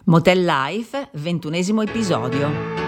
Motel Life, 21° episodio.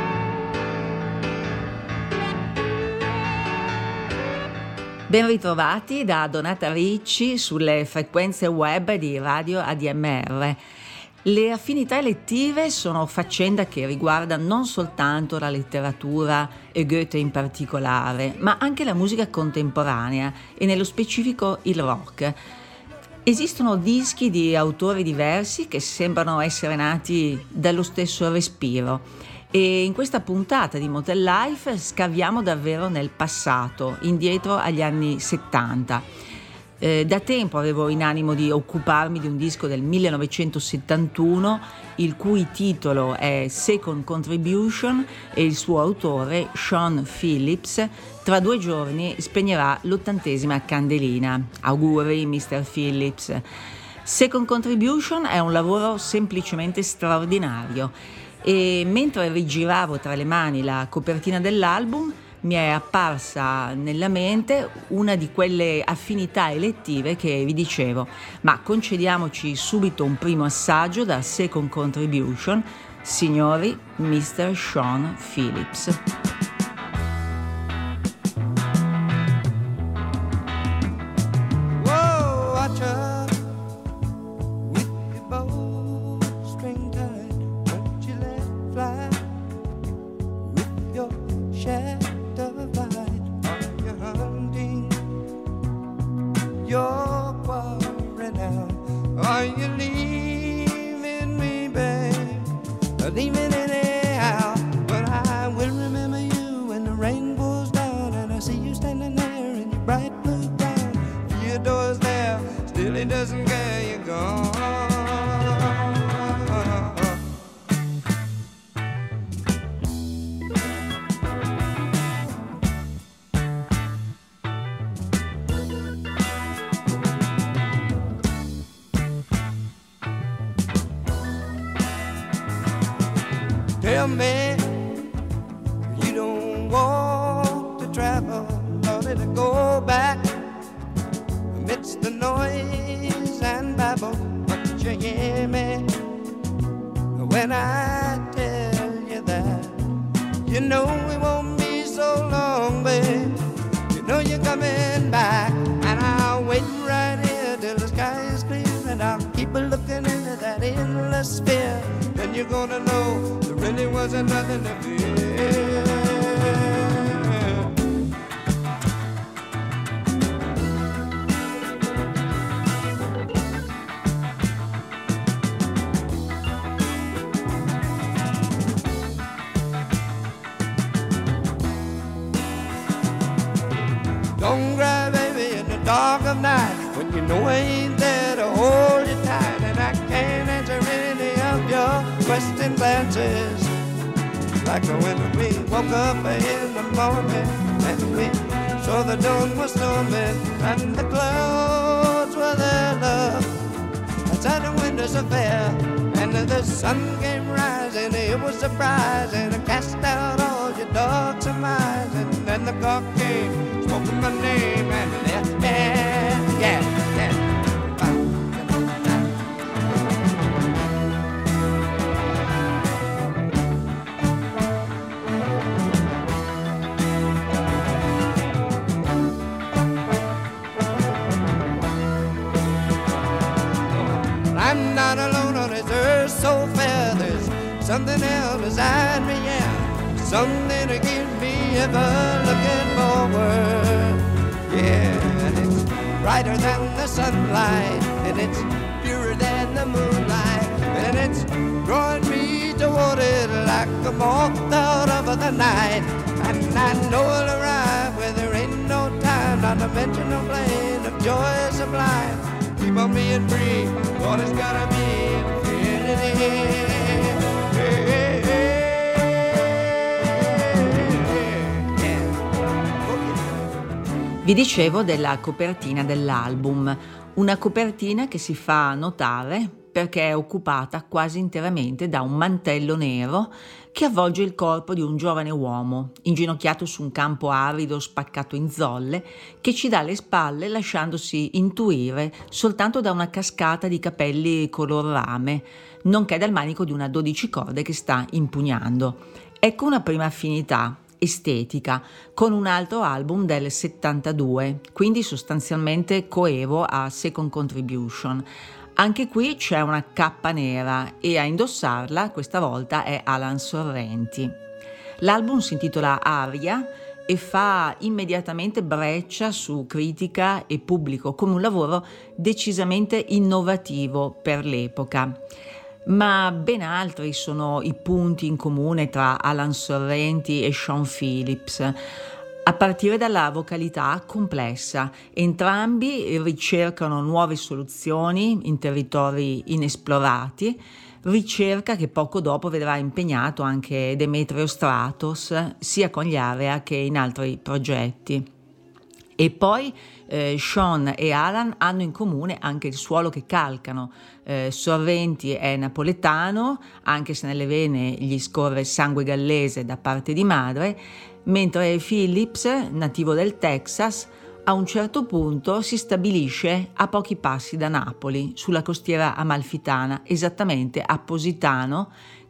Ben ritrovati da Donata Ricci sulle frequenze web di Radio ADMR. Le affinità elettive sono faccenda che riguarda non soltanto la letteratura e Goethe in particolare, ma anche la musica contemporanea e nello specifico il rock. Esistono dischi di autori diversi che sembrano essere nati dallo stesso respiro e in questa puntata di Motel Life scaviamo davvero nel passato, indietro agli anni 70. Da tempo avevo in animo di occuparmi di un disco del 1971 il cui titolo è Second Contribution e il suo autore, Sean Phillips, tra 2 giorni spegnerà l'80ª candelina. Auguri, Mr. Phillips. Second Contribution è un lavoro semplicemente straordinario e mentre rigiravo tra le mani la copertina dell'album mi è apparsa nella mente una di quelle affinità elettive che vi dicevo, ma concediamoci subito un primo assaggio da Second Contribution, signori, Mr. Sean Phillips. Tell me you don't want to travel, only to go back amidst the noise and babble. But you hear me when I tell you that you know it won't be so long, babe. You know you're coming back, and I'll wait right here till the sky is clear, and I'll keep looking into that endless sphere. Then you're gonna know there really wasn't nothing to fear. Don't cry, baby, in the dark of night when you know I ain't there to hold you tight, and I can't answer any of your question glances. Like when we woke up in the morning and we saw the dawn was storming and the clouds were their love outside the windows of air, and the sun came rising. It was surprising. I cast out all your dark surmise, and then the clock came, spoken my name, and left. Yeah. I'm not alone on this earth so fair. There's something else beside me, yeah. Something to keep me ever looking forward. Yeah, and it's brighter than the sunlight, and it's purer than the moonlight, and it's drawing me toward it like a moth out of the night. And I know it'll arrive where there ain't no time, not to mention no plane of joy sublime. Keep on being free, all it's gotta be infinity. Vi dicevo della copertina dell'album, una copertina che si fa notare perché è occupata quasi interamente da un mantello nero che avvolge il corpo di un giovane uomo, inginocchiato su un campo arido spaccato in zolle, che ci dà le spalle lasciandosi intuire soltanto da una cascata di capelli color rame, nonché dal manico di una 12 corde che sta impugnando. Ecco una prima affinità estetica con un altro album del 72, quindi sostanzialmente coevo a Second Contribution. Anche qui c'è una cappa nera e a indossarla questa volta è Alan Sorrenti. L'album si intitola Aria e fa immediatamente breccia su critica e pubblico come un lavoro decisamente innovativo per l'epoca. Ma ben altri sono i punti in comune tra Alan Sorrenti e Sean Phillips, a partire dalla vocalità complessa. Entrambi ricercano nuove soluzioni in territori inesplorati, ricerca che poco dopo vedrà impegnato anche Demetrio Stratos, sia con gli Area che in altri progetti. E poi Sean e Alan hanno in comune anche il suolo che calcano. Sorrenti è napoletano, anche se nelle vene gli scorre sangue gallese da parte di madre, mentre Phillips, nativo del Texas, a un certo punto si stabilisce a pochi passi da Napoli, sulla costiera amalfitana, esattamente a Positano,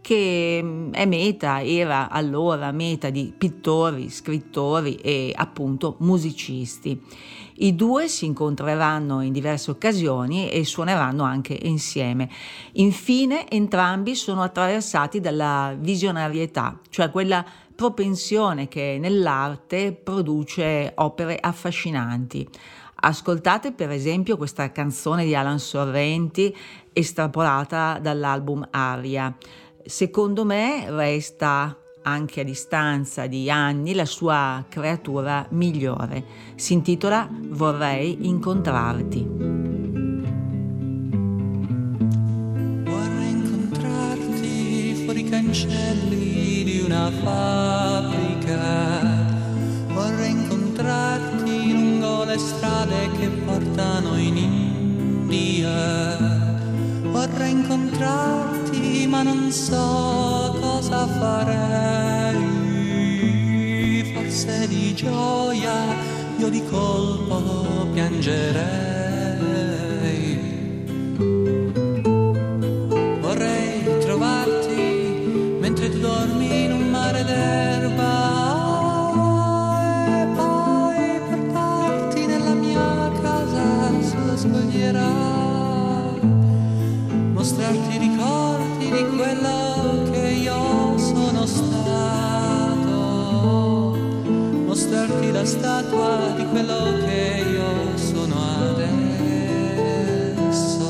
che era allora meta di pittori, scrittori e appunto musicisti. I due si incontreranno in diverse occasioni e suoneranno anche insieme. Infine, entrambi sono attraversati dalla visionarietà, cioè quella propensione che nell'arte produce opere affascinanti. Ascoltate per esempio questa canzone di Alan Sorrenti estrapolata dall'album Aria. Secondo me resta anche a distanza di anni la sua creatura migliore. Si intitola Vorrei incontrarti. Vorrei incontrarti fuori i cancelli di una fabbrica. Vorrei incontrarti lungo le strade che portano in India. Vorrei incontrarti ma non so cosa farei. Forse di gioia io di colpo piangerei. Vorrei trovarti mentre tu dormi in un mare d'erba e poi portarti nella mia casa sulla scogliera. Mostrarti ricordi di quello che io sono stato, mostrarti la statua di quello che io sono adesso.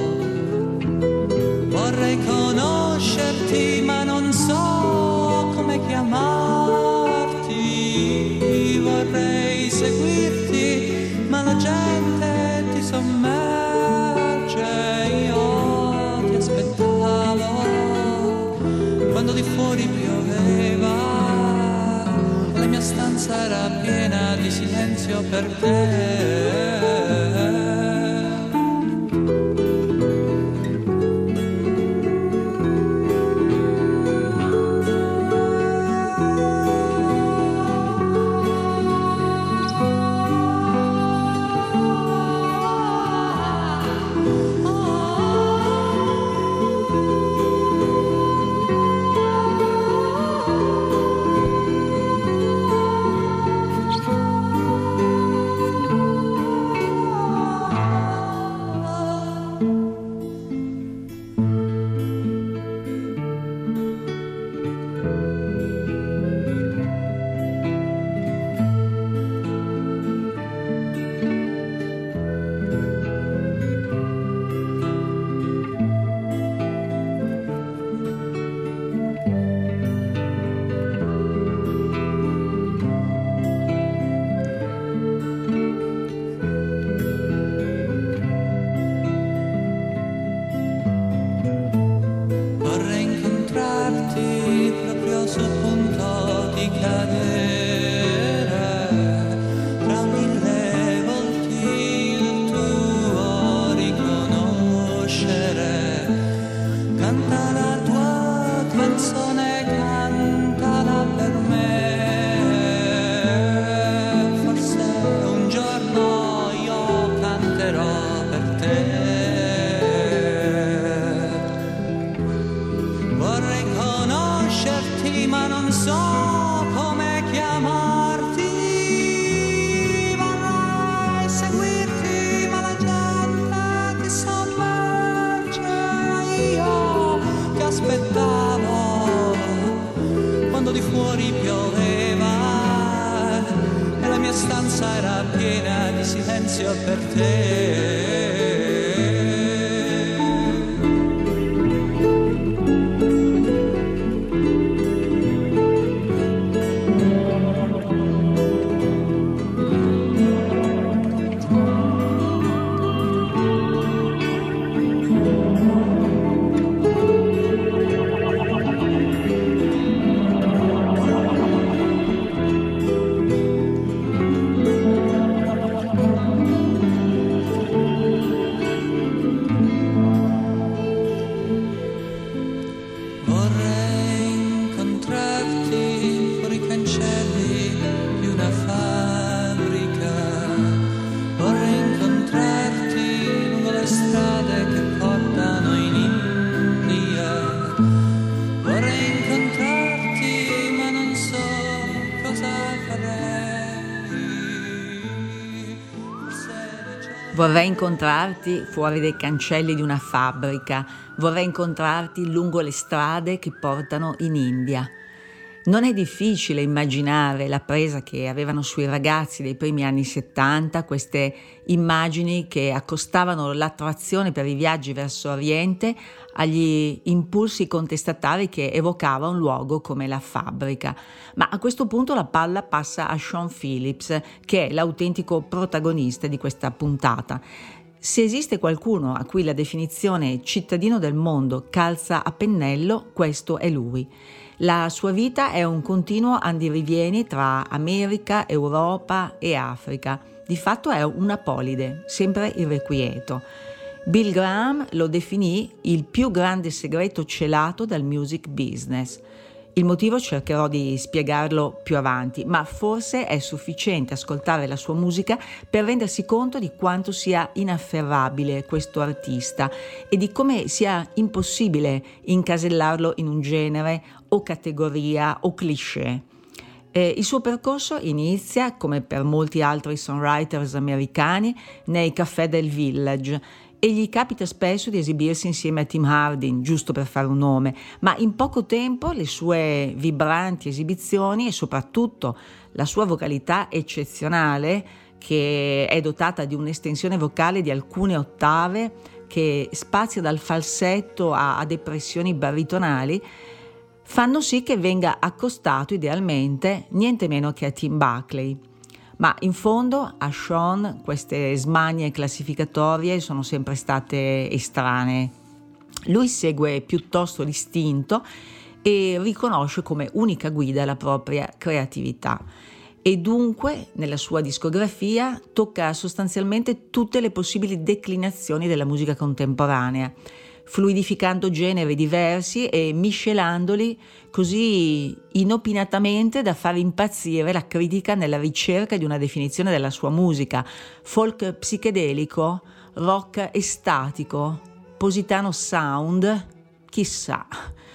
Vorrei conoscerti ma non so come chiamarti. Vorrei seguirti ma la gente ti sommerge. Quando di fuori pioveva, la mia stanza era piena di silenzio per te. conoscerti ma non so come chiamarti, vorrei seguirti ma la gente ti sommerge. Io che aspettavo quando di fuori pioveva e la mia stanza era piena di silenzio per te. Vorrei incontrarti fuori dai cancelli di una fabbrica, vorrei incontrarti lungo le strade che portano in India. Non è difficile immaginare la presa che avevano sui ragazzi dei primi anni 70 queste immagini che accostavano l'attrazione per i viaggi verso Oriente agli impulsi contestatari che evocava un luogo come la fabbrica. Ma a questo punto la palla passa a Sean Phillips, che è l'autentico protagonista di questa puntata. Se esiste qualcuno a cui la definizione cittadino del mondo calza a pennello, questo è lui. La sua vita è un continuo andirivieni tra America, Europa e Africa. Di fatto è una polide, sempre irrequieto. Bill Graham lo definì il più grande segreto celato dal music business. Il motivo cercherò di spiegarlo più avanti, ma forse è sufficiente ascoltare la sua musica per rendersi conto di quanto sia inafferrabile questo artista e di come sia impossibile incasellarlo in un genere o categoria o cliché. Il suo percorso inizia, come per molti altri songwriters americani, nei caffè del Village, e gli capita spesso di esibirsi insieme a Tim Hardin, giusto per fare un nome, ma in poco tempo le sue vibranti esibizioni e soprattutto la sua vocalità eccezionale, che è dotata di un'estensione vocale di alcune ottave che spazia dal falsetto a depressioni baritonali, fanno sì che venga accostato idealmente niente meno che a Tim Buckley. Ma in fondo a Sean queste smanie classificatorie sono sempre state estranee. Lui segue piuttosto l'istinto e riconosce come unica guida la propria creatività. E dunque nella sua discografia tocca sostanzialmente tutte le possibili declinazioni della musica contemporanea, fluidificando generi diversi e miscelandoli così inopinatamente da far impazzire la critica nella ricerca di una definizione della sua musica: folk psichedelico, rock estatico, positano sound, chissà.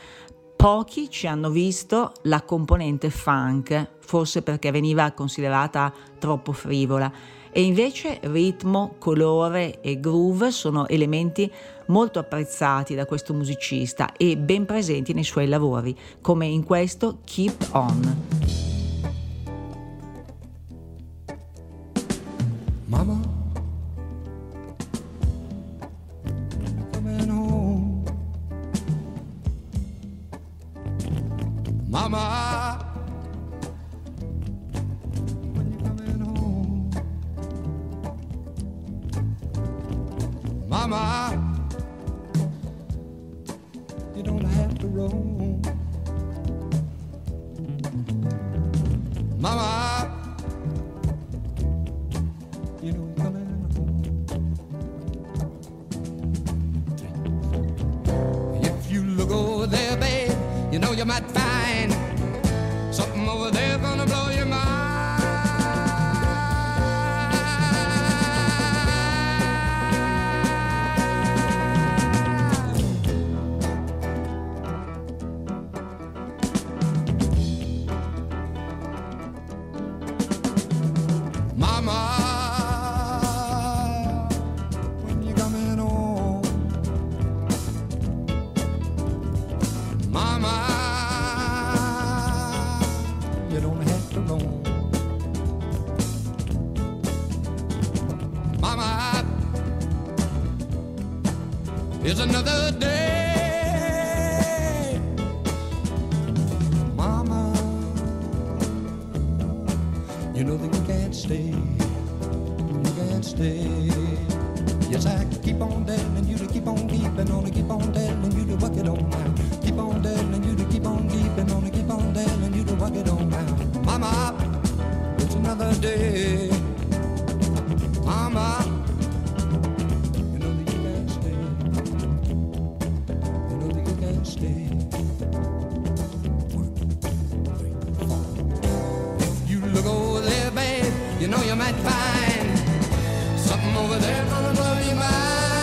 Pochi ci hanno visto la componente funk, forse perché veniva considerata troppo frivola, e invece ritmo, colore e groove sono elementi molto apprezzati da questo musicista e ben presenti nei suoi lavori, come in questo Keep On. Mama, coming home. Mama, when you coming home. Mama, you don't have to roam. Mama, you know coming home. If you look over there, babe, you know you might find something over there gonna blow your mind. It's another day. Mama, you know that you can't stay. You can't stay. Yes, I keep on telling you to keep on keeping on, to keep on telling you to work it on now. Keep on telling you to keep on keeping on, to keep on telling you to work it on now. Mama, it's another day. Mama, you know that you can't stay. You know that you can't stay. 1, 2, 3, 4. If you look over there, babe, you know you might find something over there gonna blow your mind.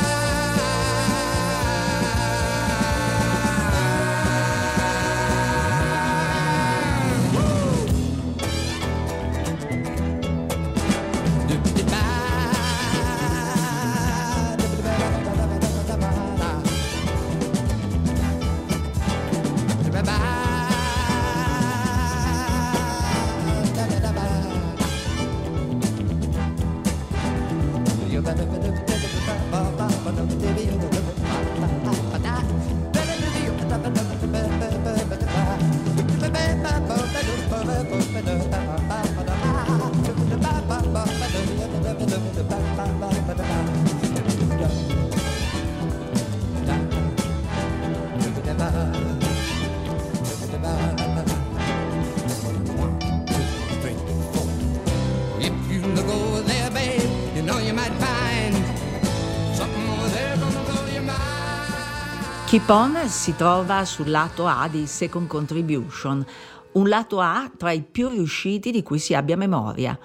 Keep On si trova sul lato A di Second Contribution, un lato A tra i più riusciti di cui si abbia memoria.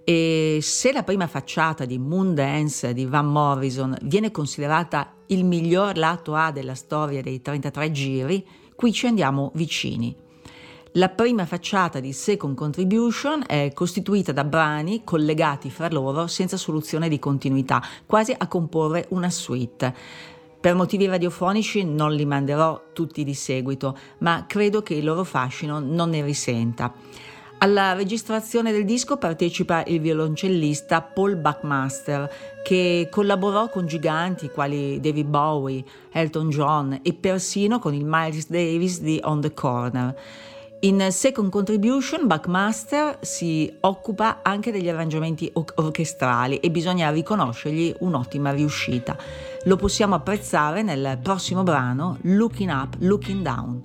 E se la prima facciata di Moondance di Van Morrison viene considerata il miglior lato A della storia dei 33 giri, qui ci andiamo vicini. La prima facciata di Second Contribution è costituita da brani collegati fra loro senza soluzione di continuità, quasi a comporre una suite. Per motivi radiofonici non li manderò tutti di seguito, ma credo che il loro fascino non ne risenta. Alla registrazione del disco partecipa il violoncellista Paul Buckmaster, che collaborò con giganti quali David Bowie, Elton John e persino con il Miles Davis di On the Corner. In Second Contribution Buckmaster si occupa anche degli arrangiamenti orchestrali e bisogna riconoscergli un'ottima riuscita. Lo possiamo apprezzare nel prossimo brano Looking Up, Looking Down.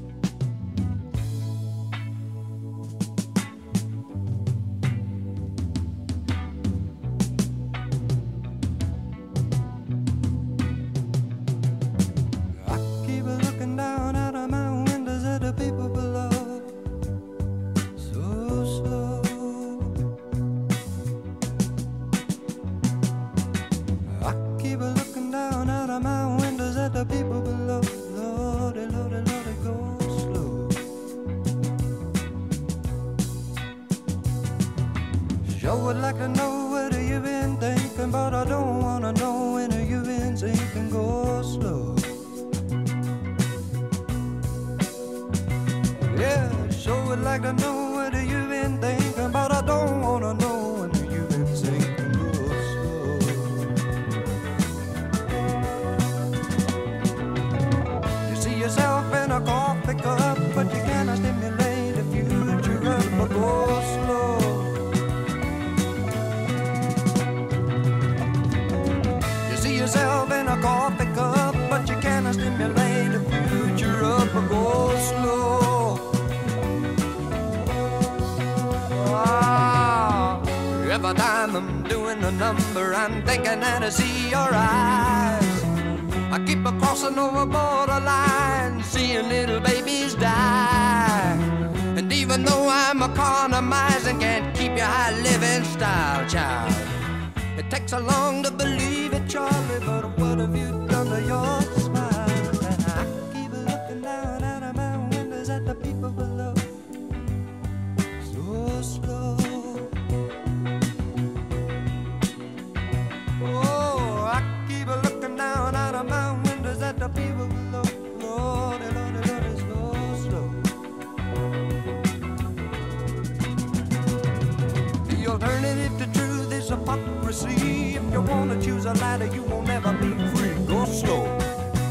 Sure would like to know what you've been thinking, but I don't wanna know when you've been thinking. Go slow. Yeah, sure would like to know what you've been thinking, but I don't wanna know when you've been thinking. Go slow. You see yourself in a coffee cup, but you cannot stimulate the future up, but go slow. Yourself in a coffee cup, but you cannot stimulate the future up or go slow. Oh, every time I'm doing a number, I'm thinking that I see your eyes. I keep crossing over borderline, seeing little babies die. And even though I'm economizing, can't keep your high living style, child. It takes so long to believe it, Charlie, but what have you done to your smile? I keep looking down out of my windows at the people below, so slow. Oh, I keep looking down out of my windows at the people below, Lordy, Lordy, Lordy, slow, slow. The alternative to truth hypocrisy. If you wanna choose a ladder, you won't ever be free. Go slow.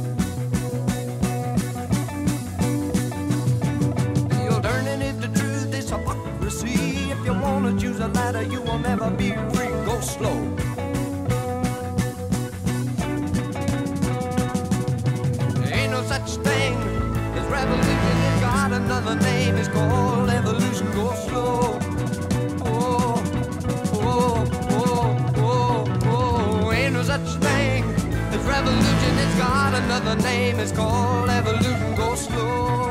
use a ladder, you will never be free. Go slow. Ain't no such thing as revolution. It's got another name. It's called evolution. Go slow. Oh, oh, oh, oh, oh. Ain't no such thing as revolution. It's got another name. It's called evolution. Go slow.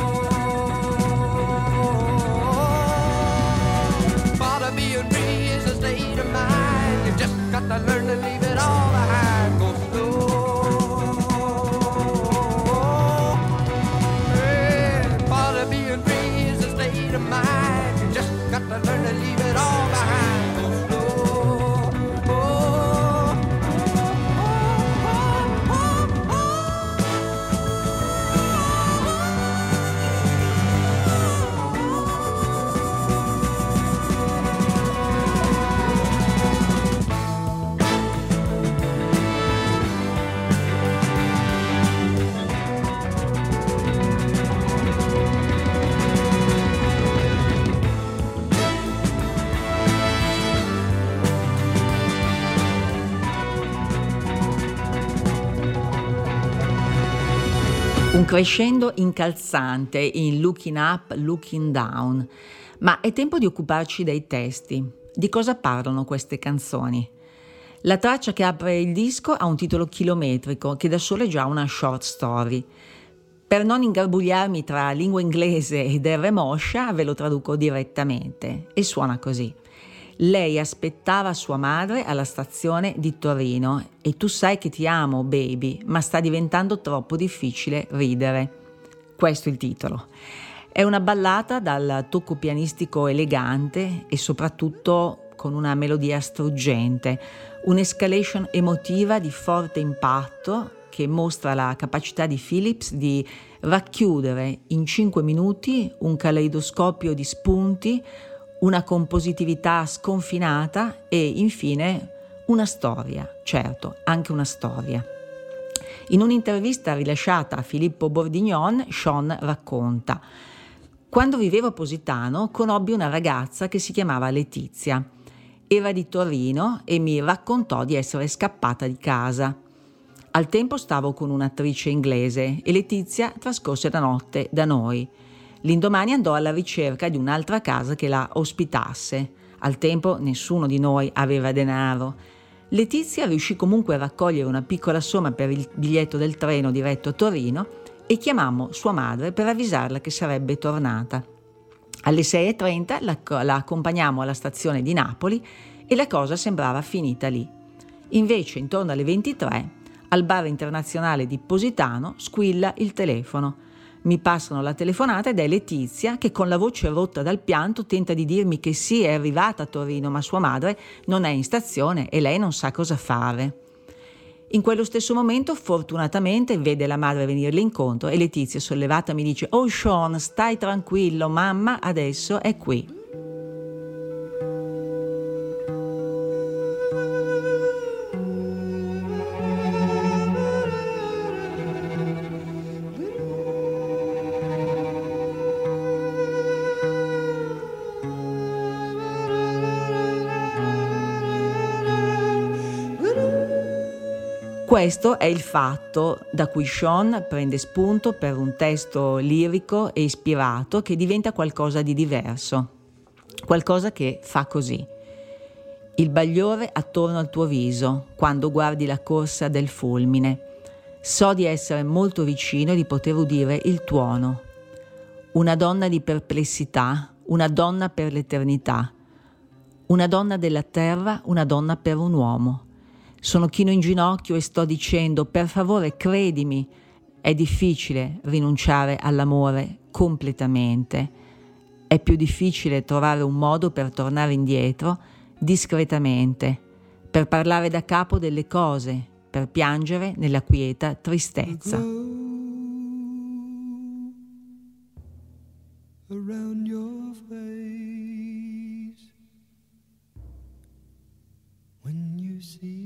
Being free is a state of mind. You just got to learn to leave it all behind. Go slow. Hey, part of being free is a state of mind. You just got to learn to leave it all behind. Go slow. Un crescendo incalzante in Looking Up, Looking Down. Ma è tempo di occuparci dei testi. Di cosa parlano queste canzoni? La traccia che apre il disco ha un titolo chilometrico che da solo è già una short story. Per non ingarbugliarmi tra lingua inglese ed R moscia, ve lo traduco direttamente e suona così. Lei aspettava sua madre alla stazione di Torino e tu sai che ti amo, baby, ma sta diventando troppo difficile ridere. Questo è il titolo. È una ballata dal tocco pianistico elegante e soprattutto con una melodia struggente, un'escalation emotiva di forte impatto che mostra la capacità di Phillips di racchiudere in 5 minuti un caleidoscopio di spunti, una compositività sconfinata e infine una storia, certo, anche una storia. In un'intervista rilasciata a Filippo Bordignon, Sean racconta: quando vivevo a Positano conobbi una ragazza che si chiamava Letizia. Era di Torino e mi raccontò di essere scappata di casa. Al tempo stavo con un'attrice inglese e Letizia trascorse la notte da noi. L'indomani andò alla ricerca di un'altra casa che la ospitasse. Al tempo nessuno di noi aveva denaro. Letizia riuscì comunque a raccogliere una piccola somma per il biglietto del treno diretto a Torino e chiamammo sua madre per avvisarla che sarebbe tornata. Alle 6:30 la accompagnammo alla stazione di Napoli e la cosa sembrava finita lì. Invece, intorno alle 23, al bar internazionale di Positano squilla il telefono. Mi passano la telefonata ed è Letizia che con la voce rotta dal pianto tenta di dirmi che sì, è arrivata a Torino, ma sua madre non è in stazione e lei non sa cosa fare. In quello stesso momento, fortunatamente, vede la madre venirle incontro e Letizia, sollevata, mi dice: «Oh Sean, stai tranquillo, mamma adesso è qui». Questo è il fatto da cui Sean prende spunto per un testo lirico e ispirato che diventa qualcosa di diverso, qualcosa che fa così. Il bagliore attorno al tuo viso, quando guardi la corsa del fulmine. So di essere molto vicino e di poter udire il tuono. Una donna di perplessità, una donna per l'eternità. Una donna della terra, una donna per un uomo. Sono chino in ginocchio e sto dicendo: per favore credimi, è difficile rinunciare all'amore completamente. È più difficile trovare un modo per tornare indietro discretamente, per parlare da capo delle cose, per piangere nella quieta tristezza. Around your face when you see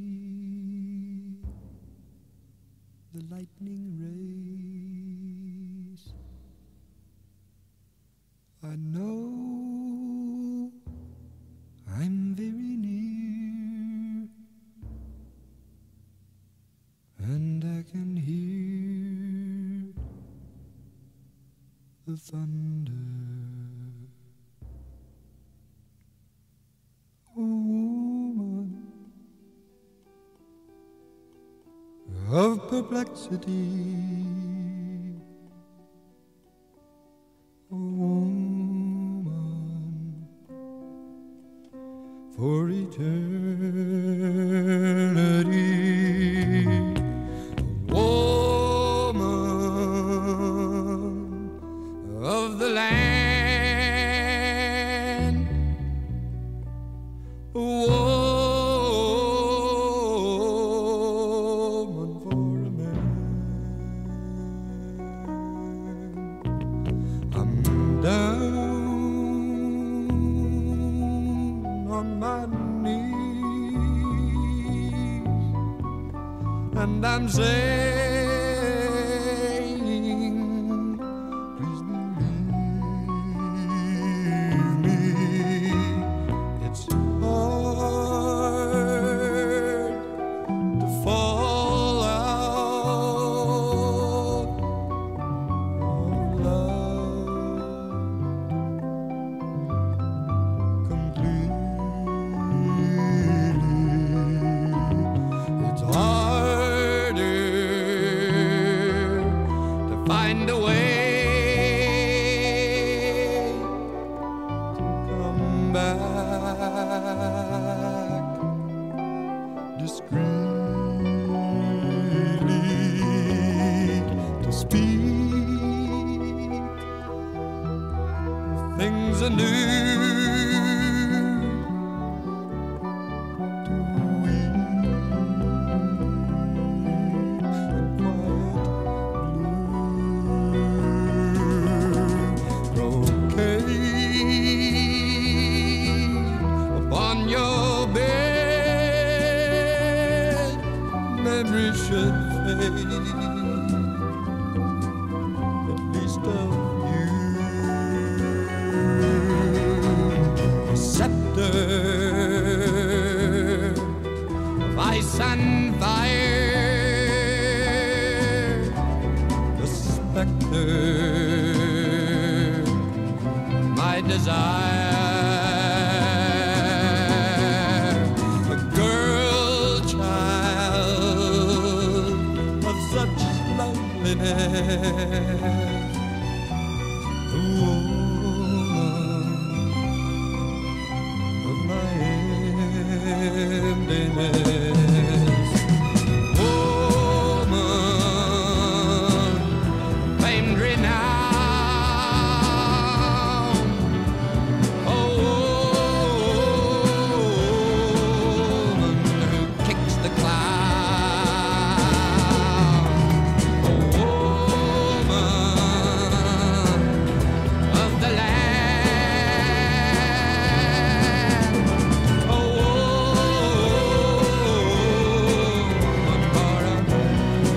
the lightning rays, I know the thunder. Oh, woman of perplexity, a woman for eternity, a woman of the land, a woman for a man. I'm down on my knees and I'm saying, please believe me, it's hard to fall out of love completely. It's harder to find a way to come back discreetly, to speak things anew, to weep in quiet blue, brocade upon your bed, memory should fade, at least of you. A scepter of ice and fire, the specter, my desire, a girl child of such loveliness, a woman of my emptiness, woman famed renown, a woman who kicks the clown, a woman of the land, a woman for a man.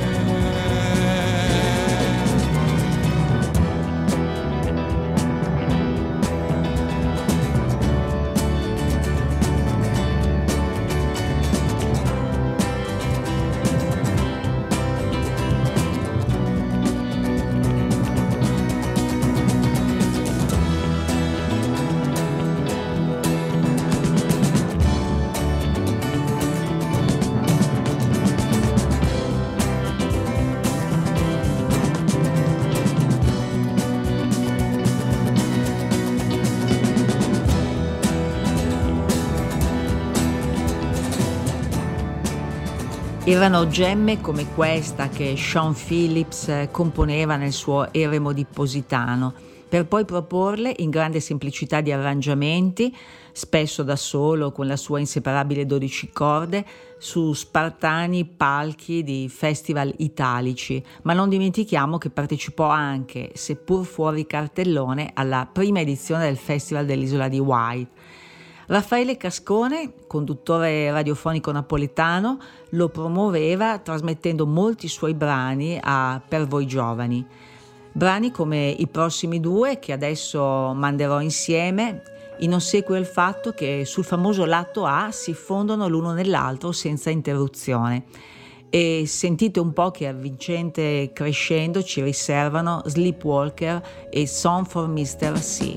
Erano gemme come questa che Sean Phillips componeva nel suo Eremo di Positano, per poi proporle in grande semplicità di arrangiamenti, spesso da solo con la sua inseparabile 12 corde, su spartani palchi di festival italici, ma non dimentichiamo che partecipò anche, seppur fuori cartellone, alla prima edizione del Festival dell'Isola di Wight. Raffaele Cascone, conduttore radiofonico napoletano, lo promuoveva trasmettendo molti suoi brani a Per Voi Giovani. Brani come i prossimi due che adesso manderò insieme, in ossequio al fatto che sul famoso lato A si fondono l'uno nell'altro senza interruzione. e sentite un po' che avvincente crescendo ci riservano Sleepwalker e Song for Mr. C.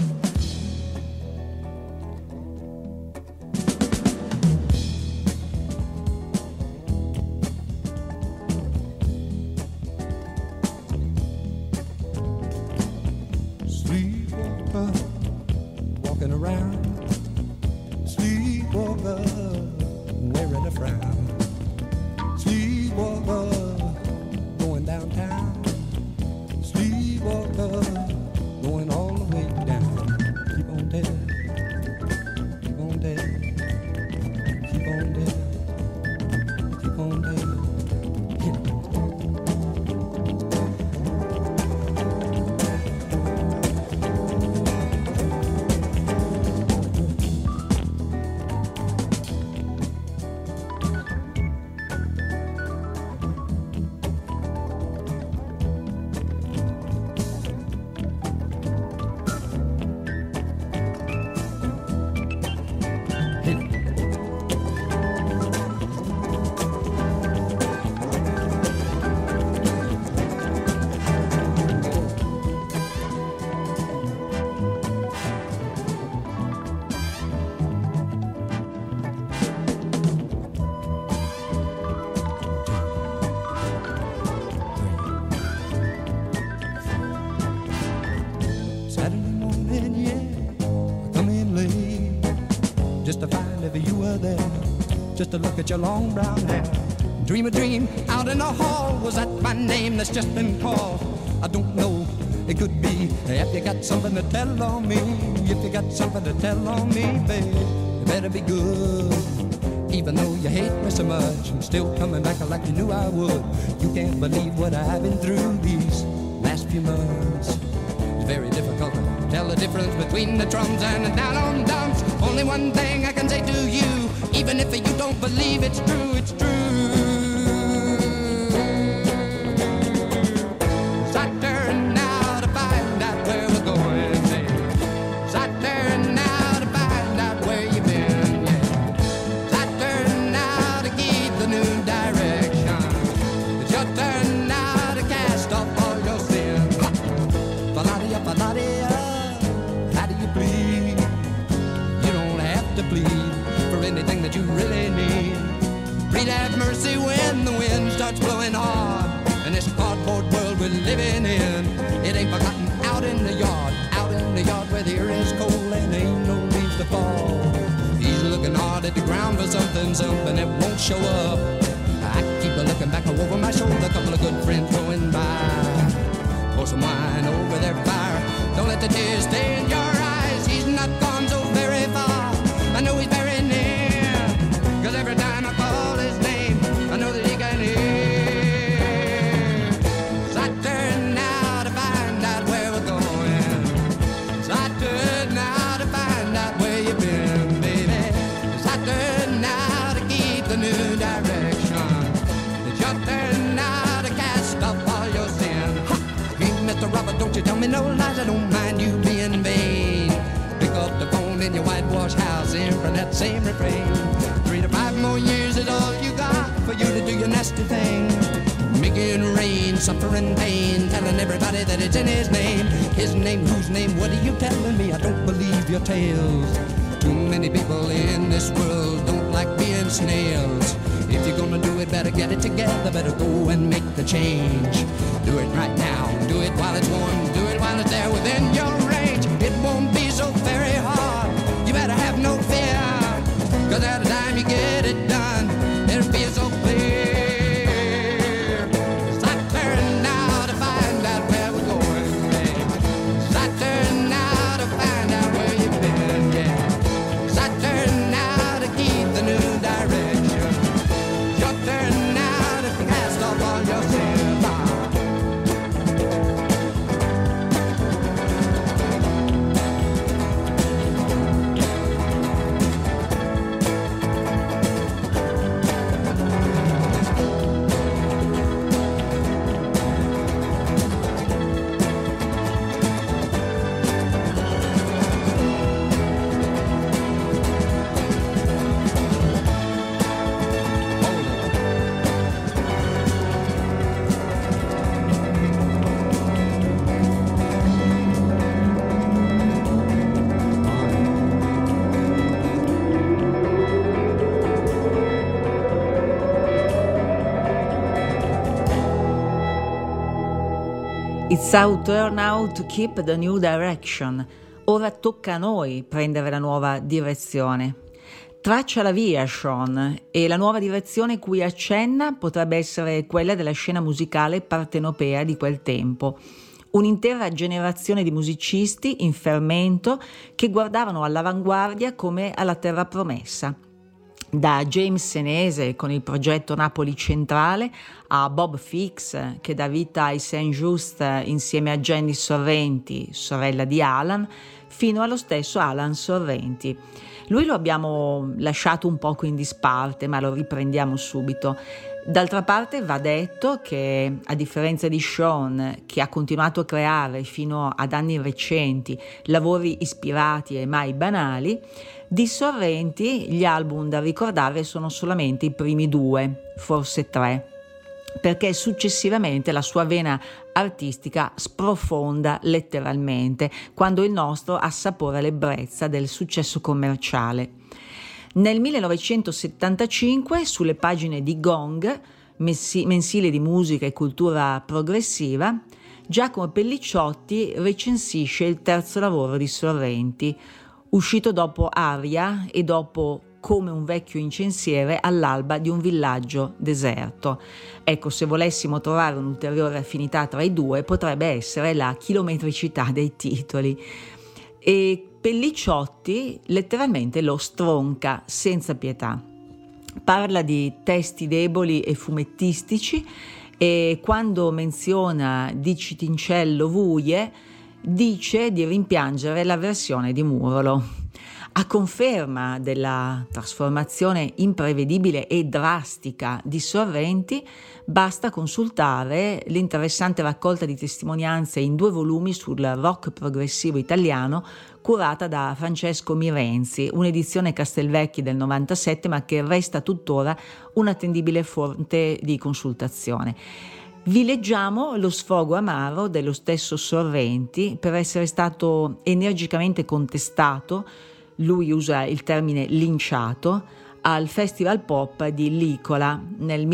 Walking around, sleepwalker, wearing a frown. Sleepwalker, going downtown. Sleepwalker, going all the way down. Keep on telling, keep on telling, keep on telling, keep on telling. Just to look at your long brown hair. Dream a dream out in the hall. Was that my name that's just been called? I don't know, it could be. If you got something to tell on me, if you got something to tell on me, babe, you better be good. Even though you hate me so much, I'm still coming back like you knew I would. You can't believe what I've been through these last few months. It's very difficult to tell the difference between the drums and the down on dumps. Only one thing I can say to you, even if you don't believe it's true, it's true. So I turn now to find out where we're going, babe. So I turn now to find out where you've been, yeah. So I turn now to keep the new direction. It's your turn now to cast off all your sin. Faladia, faladia, how do you plead? You don't have to plead for anything that you really need. Please have mercy when the wind starts blowing hard. In this cardboard world we're living in, it ain't forgotten out in the yard where the air is cold and ain't no leaves to fall. He's looking hard at the ground for something that won't show up. I keep looking back over my shoulder, a couple of good friends going by. Pour some wine over their fire, don't let the tears stay in your eyes. He's not gone so very far, I know he's very near, 'cause every time I call his name, I know that he can hear. So I turn now to find out where we're going. So I turn now to find out where you've been, baby. So I turn now to keep the new direction. It's your turn now to cast off all your sin. Ha! Hey, Mr. Robert, don't you tell me no lies, I don't mind you being vain. Pick up the phone in your whitewash house and for that same refrain. 3 to 5 more years is all you got for you to do your nasty thing. Making rain, suffering pain, telling everybody that it's in his name. His name, whose name, what are you telling me? I don't believe your tales. Too many people in this world don't like being snails. If you're gonna do it, better get it together, better go and make the change. Do it right now, do it while it's warm, do it while it's there within your range. It won't be so very hard, you better have no fear, 'cause at the time you get it done, it'll be so clear. So I turn now to find out where we're going, babe. So I turn now to find out where you've been, yeah. So I turn now to keep the new direction. Your turn now to cast off all your sins. It's our turn now to keep the new direction. Ora tocca a noi prendere la nuova direzione. Traccia la via, Sean, e la nuova direzione cui accenna potrebbe essere quella della scena musicale partenopea di quel tempo. Un'intera generazione di musicisti in fermento che guardavano all'avanguardia come alla terra promessa. Da James Senese con il progetto Napoli Centrale a Bob Fix che dà vita ai Saint-Just insieme a Jenny Sorrenti, sorella di Alan, fino allo stesso Alan Sorrenti. Lui lo abbiamo lasciato un poco in disparte, ma lo riprendiamo subito. D'altra parte va detto che, a differenza di Sean, che ha continuato a creare fino ad anni recenti lavori ispirati e mai banali, di Sorrenti gli album da ricordare sono solamente i primi 2, forse 3, perché successivamente la sua vena artistica sprofonda letteralmente quando il nostro assapora l'ebbrezza del successo commerciale. Nel 1975, sulle pagine di Gong, mensile di musica e cultura progressiva, Giacomo Pellicciotti recensisce il terzo lavoro di Sorrenti, uscito dopo Aria e dopo Come un vecchio incensiere all'alba di un villaggio deserto. Ecco, se volessimo trovare un'ulteriore affinità tra i due, potrebbe essere la chilometricità dei titoli. E Pellicciotti letteralmente lo stronca senza pietà. Parla di testi deboli e fumettistici e quando menziona Di Citincello Vuie dice di rimpiangere la versione di Murolo. A conferma della trasformazione imprevedibile e drastica di Sorrenti, basta consultare l'interessante raccolta di testimonianze in 2 volumi sul rock progressivo italiano curata da Francesco Mirenzi, un'edizione Castelvecchi del 97 ma che resta tuttora un'attendibile fonte di consultazione. Vi leggiamo lo sfogo amaro dello stesso Sorrenti per essere stato energicamente contestato, lui usa il termine linciato, al Festival Pop di Licola nel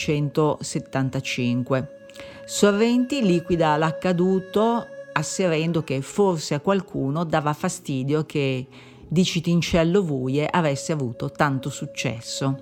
1975. Sorrenti liquida l'accaduto asserendo che forse a qualcuno dava fastidio che Di Citincello Vuie avesse avuto tanto successo.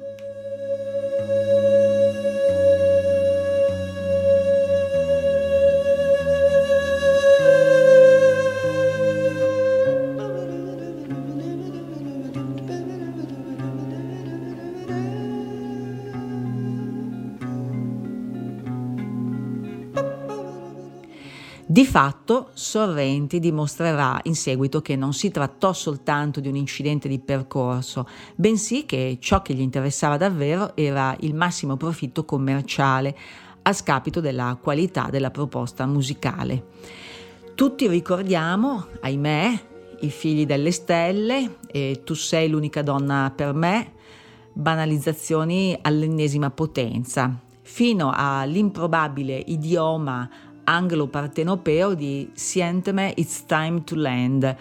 Di fatto, Sorrenti dimostrerà in seguito che non si trattò soltanto di un incidente di percorso, bensì che ciò che gli interessava davvero era il massimo profitto commerciale, a scapito della qualità della proposta musicale. Tutti ricordiamo, ahimè, I figli delle stelle e Tu sei l'unica donna per me, banalizzazioni all'ennesima potenza, fino all'improbabile idioma anglo-partenopeo di Siénteme, it's time to land.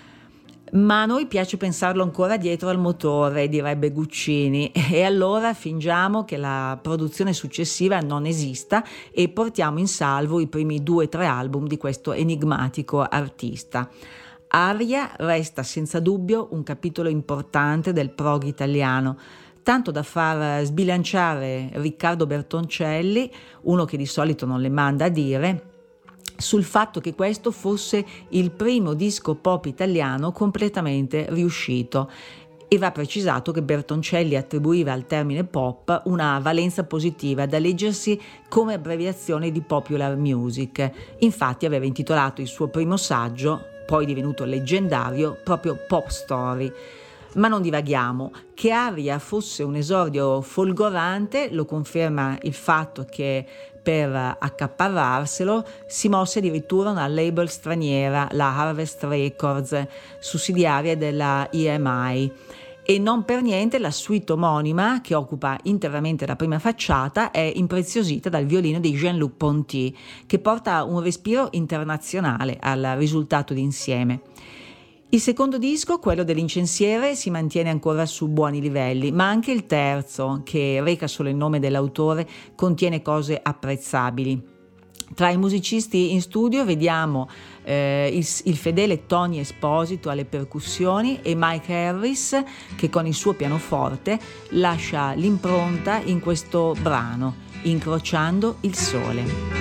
Ma a noi piace pensarlo ancora dietro al motore, direbbe Guccini, e allora fingiamo che la produzione successiva non esista e portiamo in salvo i primi 2-3 album di questo enigmatico artista. Aria resta senza dubbio un capitolo importante del prog italiano, tanto da far sbilanciare Riccardo Bertoncelli, uno che di solito non le manda a dire, sul fatto che questo fosse il primo disco pop italiano completamente riuscito. E va precisato che Bertoncelli attribuiva al termine pop una valenza positiva da leggersi come abbreviazione di popular music. Infatti aveva intitolato il suo primo saggio, poi divenuto leggendario, proprio Pop Story. Ma non divaghiamo, che Aria fosse un esordio folgorante lo conferma il fatto che per accaparrarselo si mosse addirittura una label straniera, la Harvest Records, sussidiaria della EMI. E non per niente la suite omonima, che occupa interamente la prima facciata, è impreziosita dal violino di Jean-Luc Ponty, che porta un respiro internazionale al risultato d'insieme. Il secondo disco, quello dell'Incensiere, si mantiene ancora su buoni livelli, ma anche il terzo, che reca solo il nome dell'autore, contiene cose apprezzabili. Tra i musicisti in studio vediamo il fedele Tony Esposito alle percussioni e Mike Harris che con il suo pianoforte lascia l'impronta in questo brano, Incrociando il sole.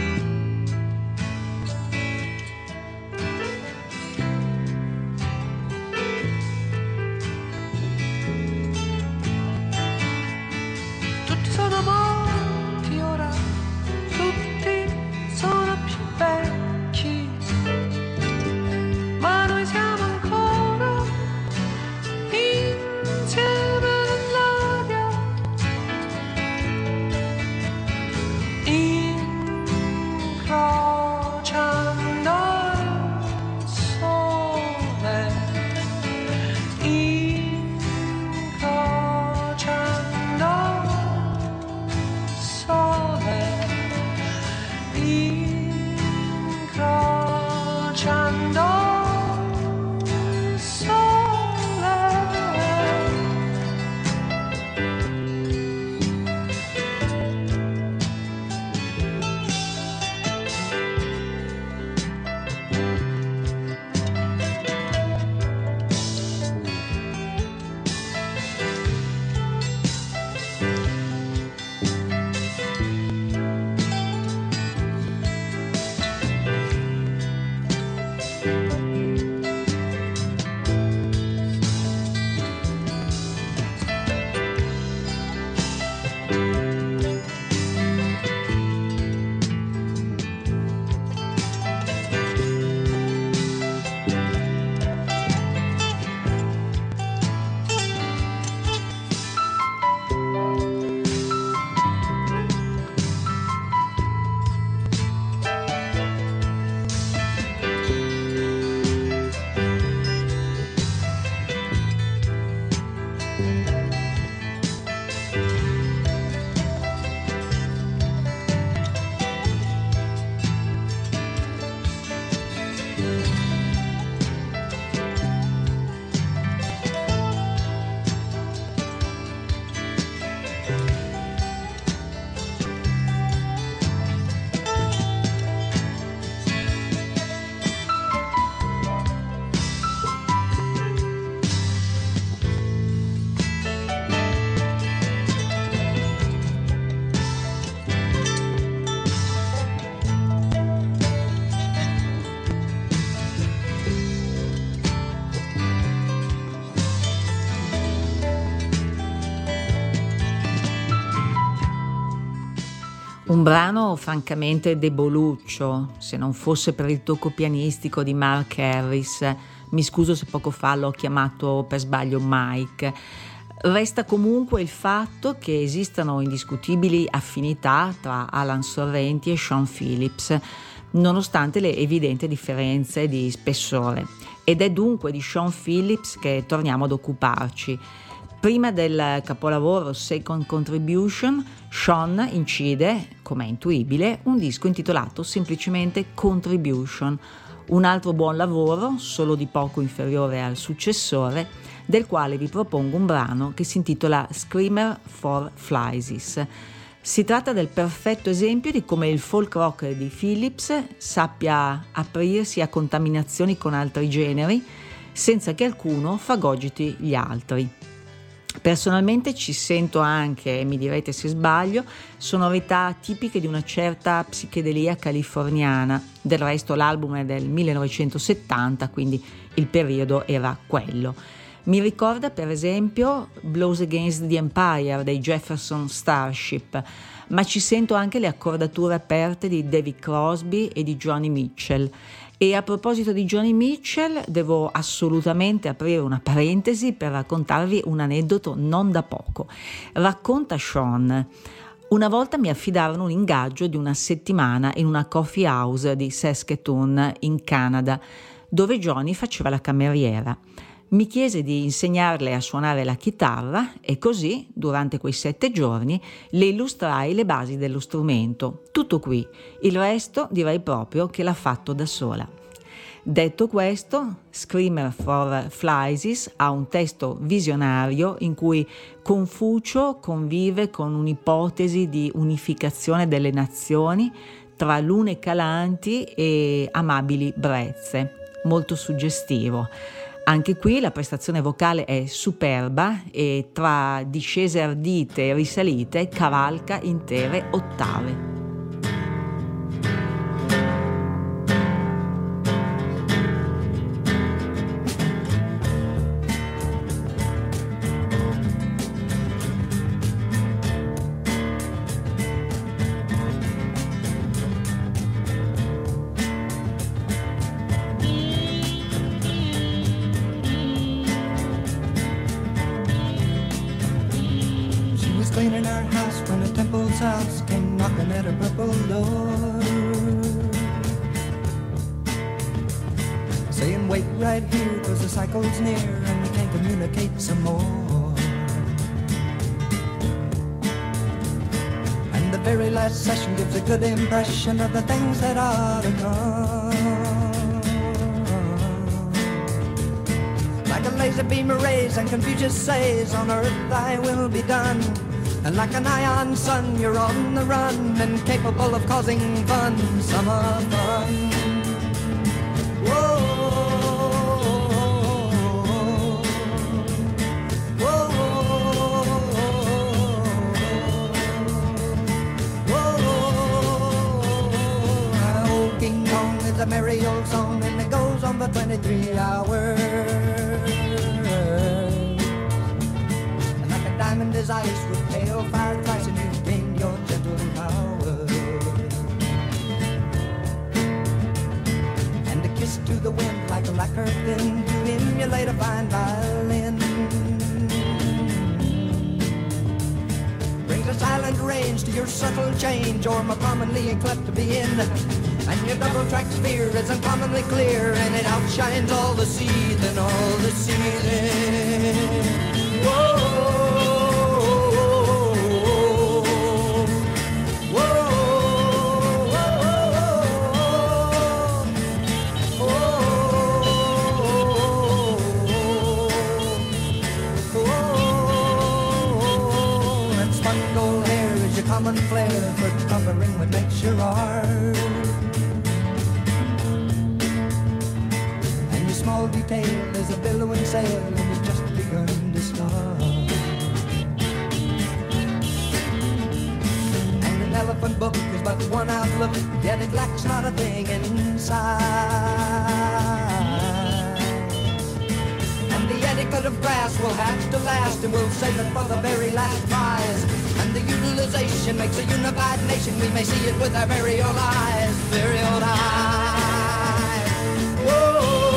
Un brano francamente deboluccio, se non fosse per il tocco pianistico di Mark Harris. Mi scuso se poco fa l'ho chiamato per sbaglio Mike. Resta comunque il fatto che esistano indiscutibili affinità tra Alan Sorrenti e Sean Phillips, nonostante le evidenti differenze di spessore. Ed è dunque di Sean Phillips che torniamo ad occuparci. Prima del capolavoro Second Contribution, Sean incide, come è intuibile, un disco intitolato semplicemente Contribution, un altro buon lavoro, solo di poco inferiore al successore, del quale vi propongo un brano che si intitola Screamer for Flies. Si tratta del perfetto esempio di come il folk rock di Phillips sappia aprirsi a contaminazioni con altri generi senza che alcuno fagociti gli altri. Personalmente ci sento anche, e mi direte se sbaglio, sonorità tipiche di una certa psichedelia californiana. Del resto l'album è del 1970, quindi il periodo era quello. Mi ricorda per esempio Blows Against the Empire dei Jefferson Starship, ma ci sento anche le accordature aperte di David Crosby e di Joni Mitchell. E a proposito di Joni Mitchell, devo assolutamente aprire una parentesi per raccontarvi un aneddoto non da poco. Racconta Sean: una volta mi affidarono un ingaggio di una settimana in una coffee house di Saskatoon, in Canada, dove Joni faceva la cameriera. Mi chiese di insegnarle a suonare la chitarra e così, durante quei 7 giorni, le illustrai le basi dello strumento. Tutto qui, il resto direi proprio che l'ha fatto da sola. Detto questo, Screamer for Flies ha un testo visionario in cui Confucio convive con un'ipotesi di unificazione delle nazioni tra lune calanti e amabili brezze, molto suggestivo. Anche qui la prestazione vocale è superba e tra discese ardite e risalite cavalca intere ottave. Cleaning her house when a temple's house came knocking at her purple door, saying wait right here cause the cycle's near and we can't communicate some more. And the very last session gives a good impression of the things that are to come. Like a laser beam arrays and Confucius says, on earth thy will be done. And like an ion sun, you're on the run and capable of causing fun, summer fun. Whoa, whoa, whoa. Old King Kong is a merry old song and it goes on for 23 hours. Diamond is ice with pale fire twice and you've gained your gentle power. And a kiss to the wind like a lacquer thin to emulate a fine violin brings a silent range to your subtle change, or more commonly cleft to be in. And your double track sphere is uncommonly clear and it outshines all the seething, all the seething. Whoa. Common flair for covering what makes your art, and your small detail is a billowing sail and you've just begun to start. And an elephant book is but one outlook, yet it lacks not a thing inside. And the etiquette of grass will have to last, and we'll save it for the very last prize. And the utilization makes a unified nation. We may see it with our very own eyes, very own eyes. Whoa,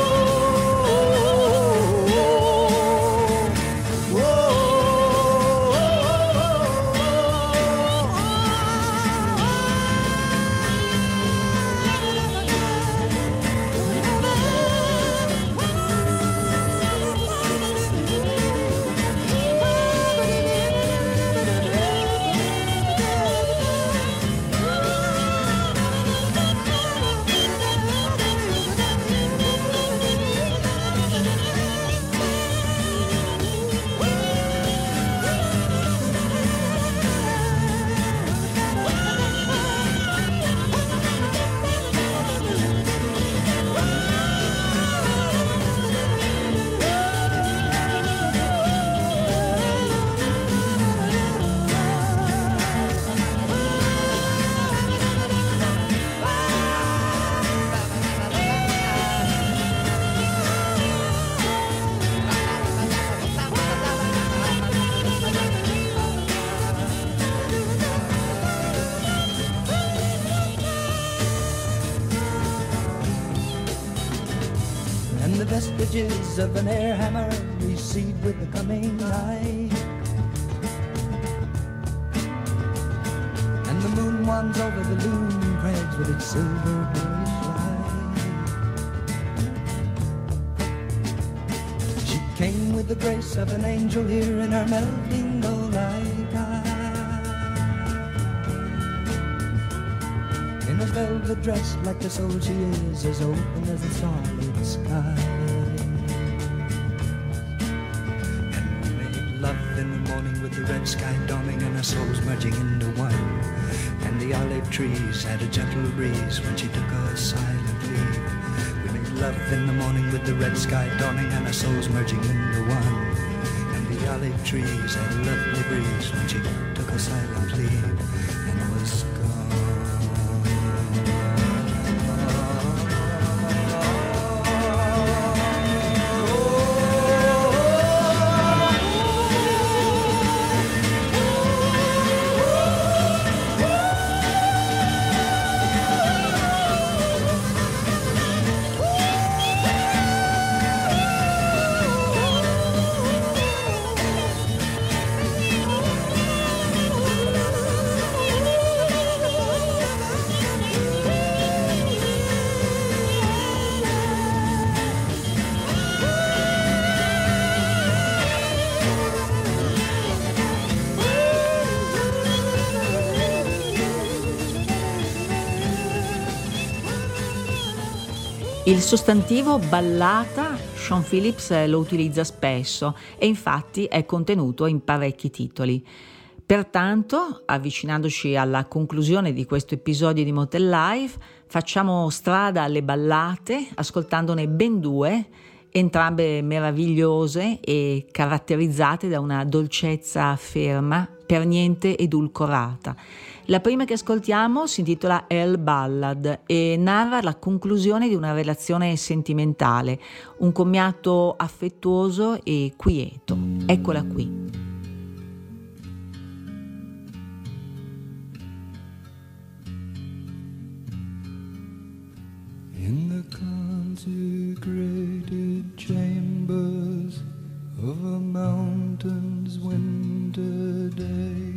whoa, vestiges of an air hammer recede with the coming night, and the moon wands over the loom crags with its silver bluish light. She came with the grace of an angel here in her melting gold-like eye, in a velvet dress like the soul she is, as open as the starlit sky. The red sky dawning and our souls merging into one. And and the olive trees had a gentle breeze when she took a silent leave. We made love in the morning with the red sky dawning and our souls merging into one. And the olive trees had a lovely breeze when she took a silent leave and was gone. Il sostantivo ballata Sean Phillips lo utilizza spesso e infatti è contenuto in parecchi titoli. Pertanto, avvicinandoci alla conclusione di questo episodio di Motel Live, facciamo strada alle ballate ascoltandone ben due, entrambe meravigliose e caratterizzate da una dolcezza ferma, per niente edulcorata. La prima che ascoltiamo si intitola Earl Ballad e narra la conclusione di una relazione sentimentale, un commiato affettuoso e quieto. Eccola qui. In the consecrated chambers of a mountain's winter day,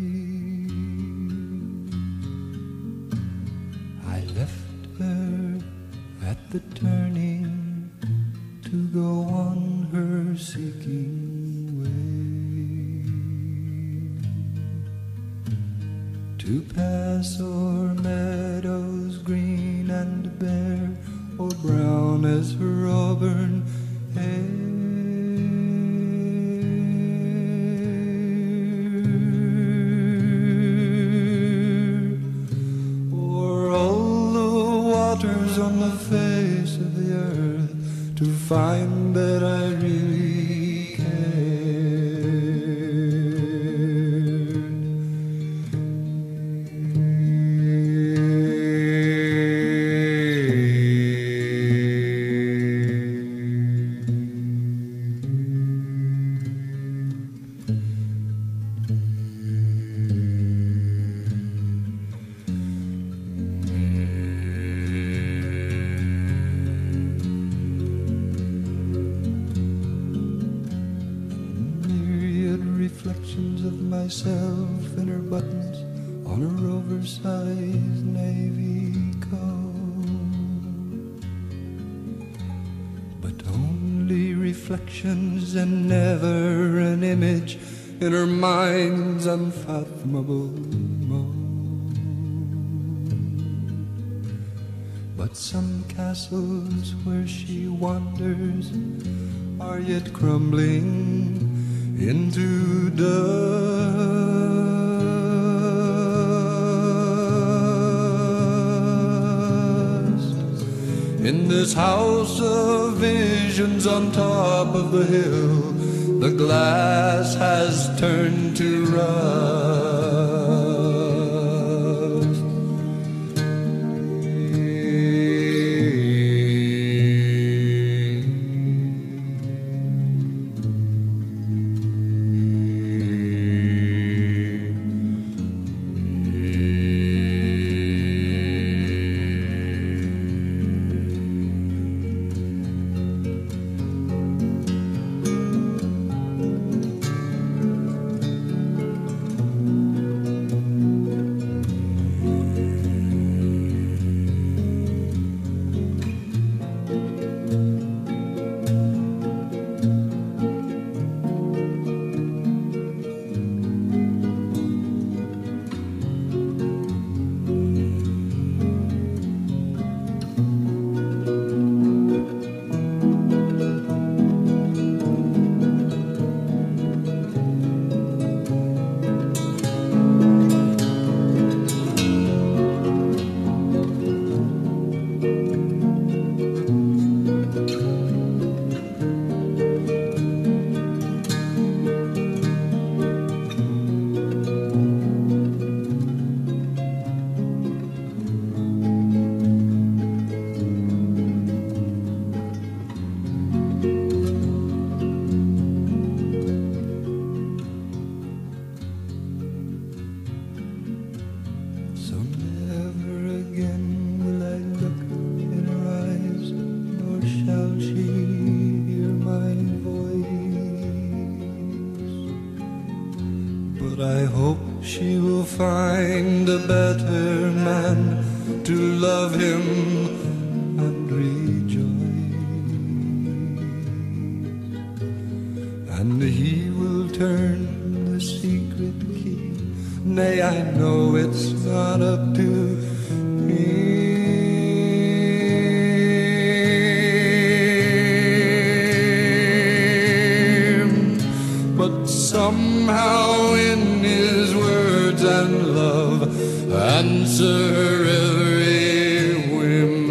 I left her at the turning to go on her seeking way, to pass o'er meadows green and bare or brown as her auburn hair, o'er all the waters on the face of the earth, to find that I really cared. Reflections of myself in her buttons on her oversized navy coat, but only reflections and never an image in her mind's unfathomable mode. But some castles where she wanders are yet crumbling into dust. In this house of visions on top of the hill, the glass has turned to rust. find a better man to love him and rejoice, and he will turn the secret key. Nay, I know it's not up to me, but somehow in his words and love answer every whim.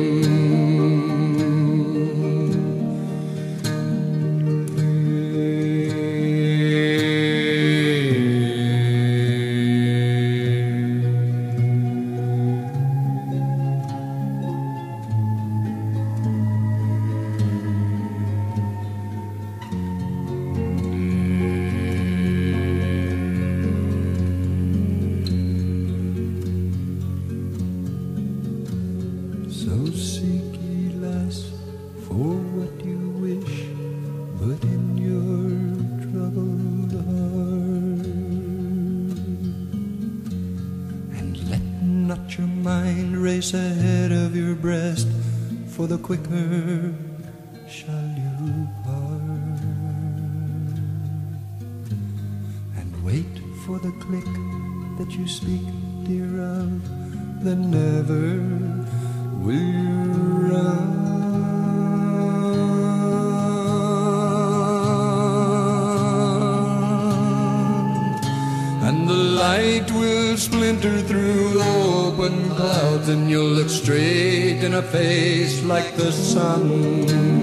Ahead of your breast, for the quicker shall you part, and wait for the click that you speak, dear, of, then never will you run. And the light will splinter through the open clouds, and you'll look straight in a face like the sun.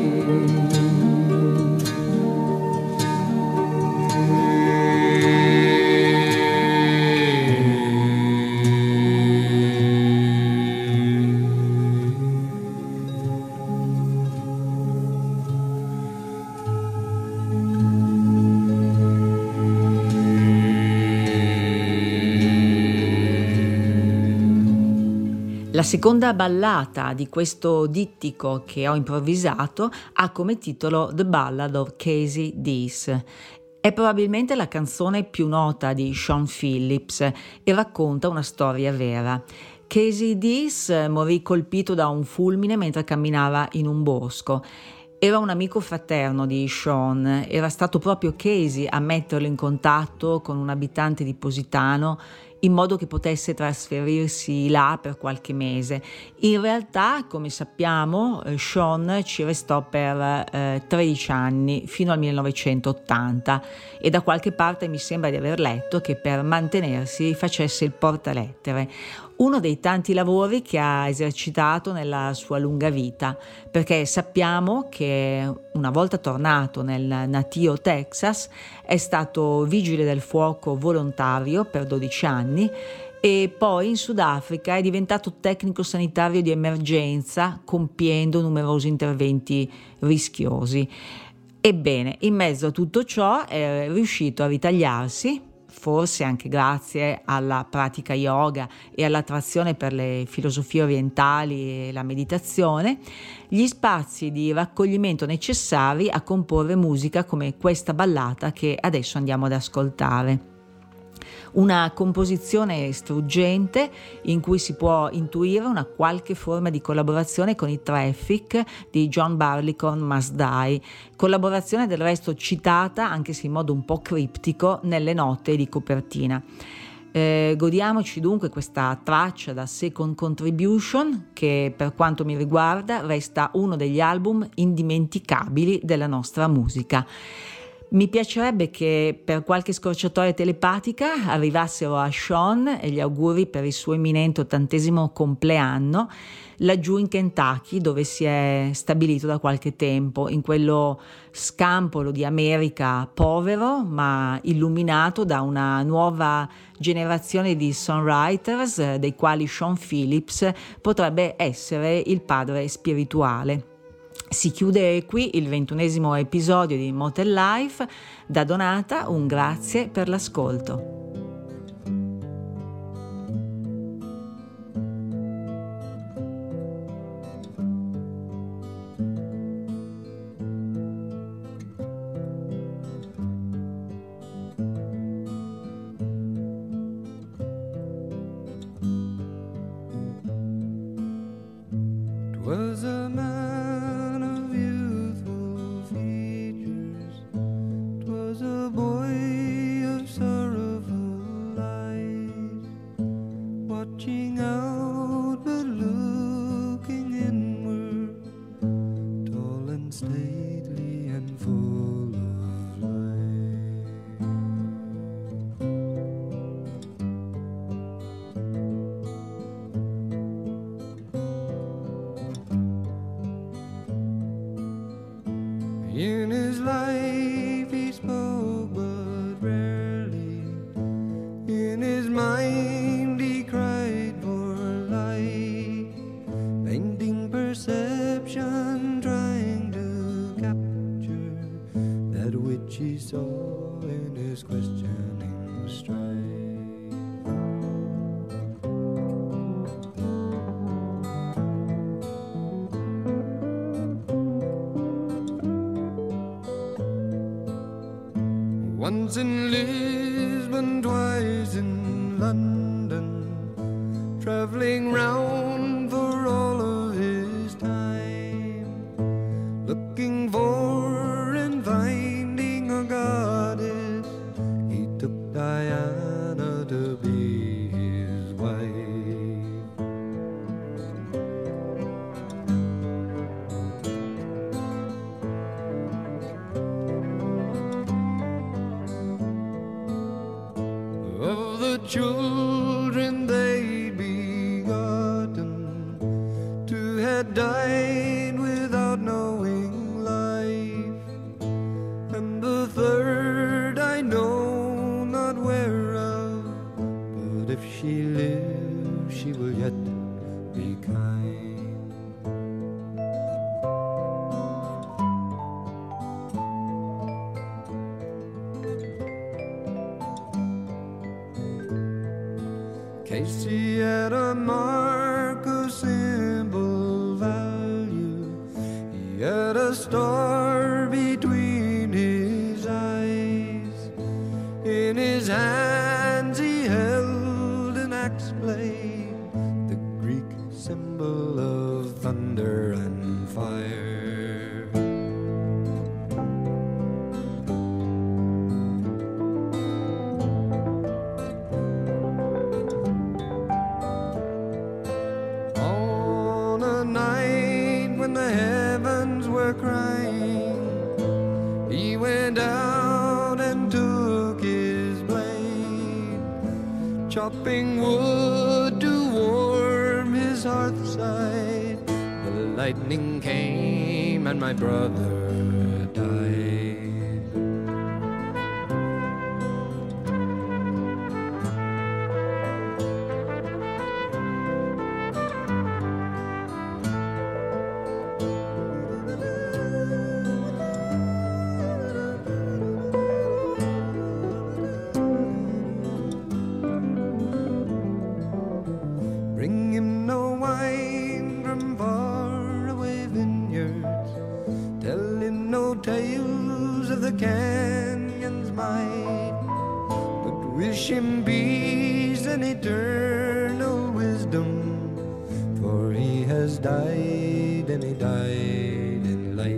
La seconda ballata di questo dittico che ho improvvisato ha come titolo The Ballad of Casey Dees. È probabilmente la canzone più nota di Sean Phillips e racconta una storia vera. Casey Dees morì colpito da un fulmine mentre camminava in un bosco. Era un amico fraterno di Sean, era stato proprio Casey a metterlo in contatto con un abitante di Positano in modo che potesse trasferirsi là per qualche mese. In realtà, come sappiamo, Sean ci restò per 13 anni, fino al 1980, e da qualche parte mi sembra di aver letto che per mantenersi facesse il portalettere. Uno dei tanti lavori che ha esercitato nella sua lunga vita, perché sappiamo che una volta tornato nel natio Texas è stato vigile del fuoco volontario per 12 anni e poi in Sudafrica è diventato tecnico sanitario di emergenza, compiendo numerosi interventi rischiosi. Ebbene, in mezzo a tutto ciò è riuscito a ritagliarsi, forse anche grazie alla pratica yoga e all'attrazione per le filosofie orientali e la meditazione, gli spazi di raccoglimento necessari a comporre musica come questa ballata che adesso andiamo ad ascoltare. Una composizione struggente in cui si può intuire una qualche forma di collaborazione con i Traffic di John Barleycorn Must Die, collaborazione del resto citata, anche se in modo un po' criptico, nelle note di copertina. Godiamoci dunque questa traccia da Second Contribution, che per quanto mi riguarda resta uno degli album indimenticabili della nostra musica. Mi piacerebbe che per qualche scorciatoia telepatica arrivassero a Sean e gli auguri per il suo imminente 80° compleanno laggiù in Kentucky, dove si è stabilito da qualche tempo, in quello scampolo di America povero ma illuminato da una nuova generazione di songwriters, dei quali Sean Phillips potrebbe essere il padre spirituale. Si chiude qui il 21° episodio di Motel Life. Da Donata un grazie per l'ascolto. full of in his life he spoke but rarely. In his mind he cried for light, painting perception, trying to capture that which he saw in his questioning stride. Once in Lisbon, twice in London, traveling round for all of his time, looking for and finding a goddess. He took Diana to be his wife. Of the children they'd begotten, two had died without knowing life, and the third I know not whereof, but if she lives she will yet be kind. Casey had a mark of simple value. He had a star between his eyes. In his hands he held an axe blade, the Greek symbol of thunder and fire. Night when the heavens were crying, he went out and took his blade, chopping wood to warm his hearthside. The lightning came and my brother died. Bring him no wine from faraway vineyards, tell him no tales of the canyon's might, but wish him peace and eternal wisdom, for he has died and he died in light.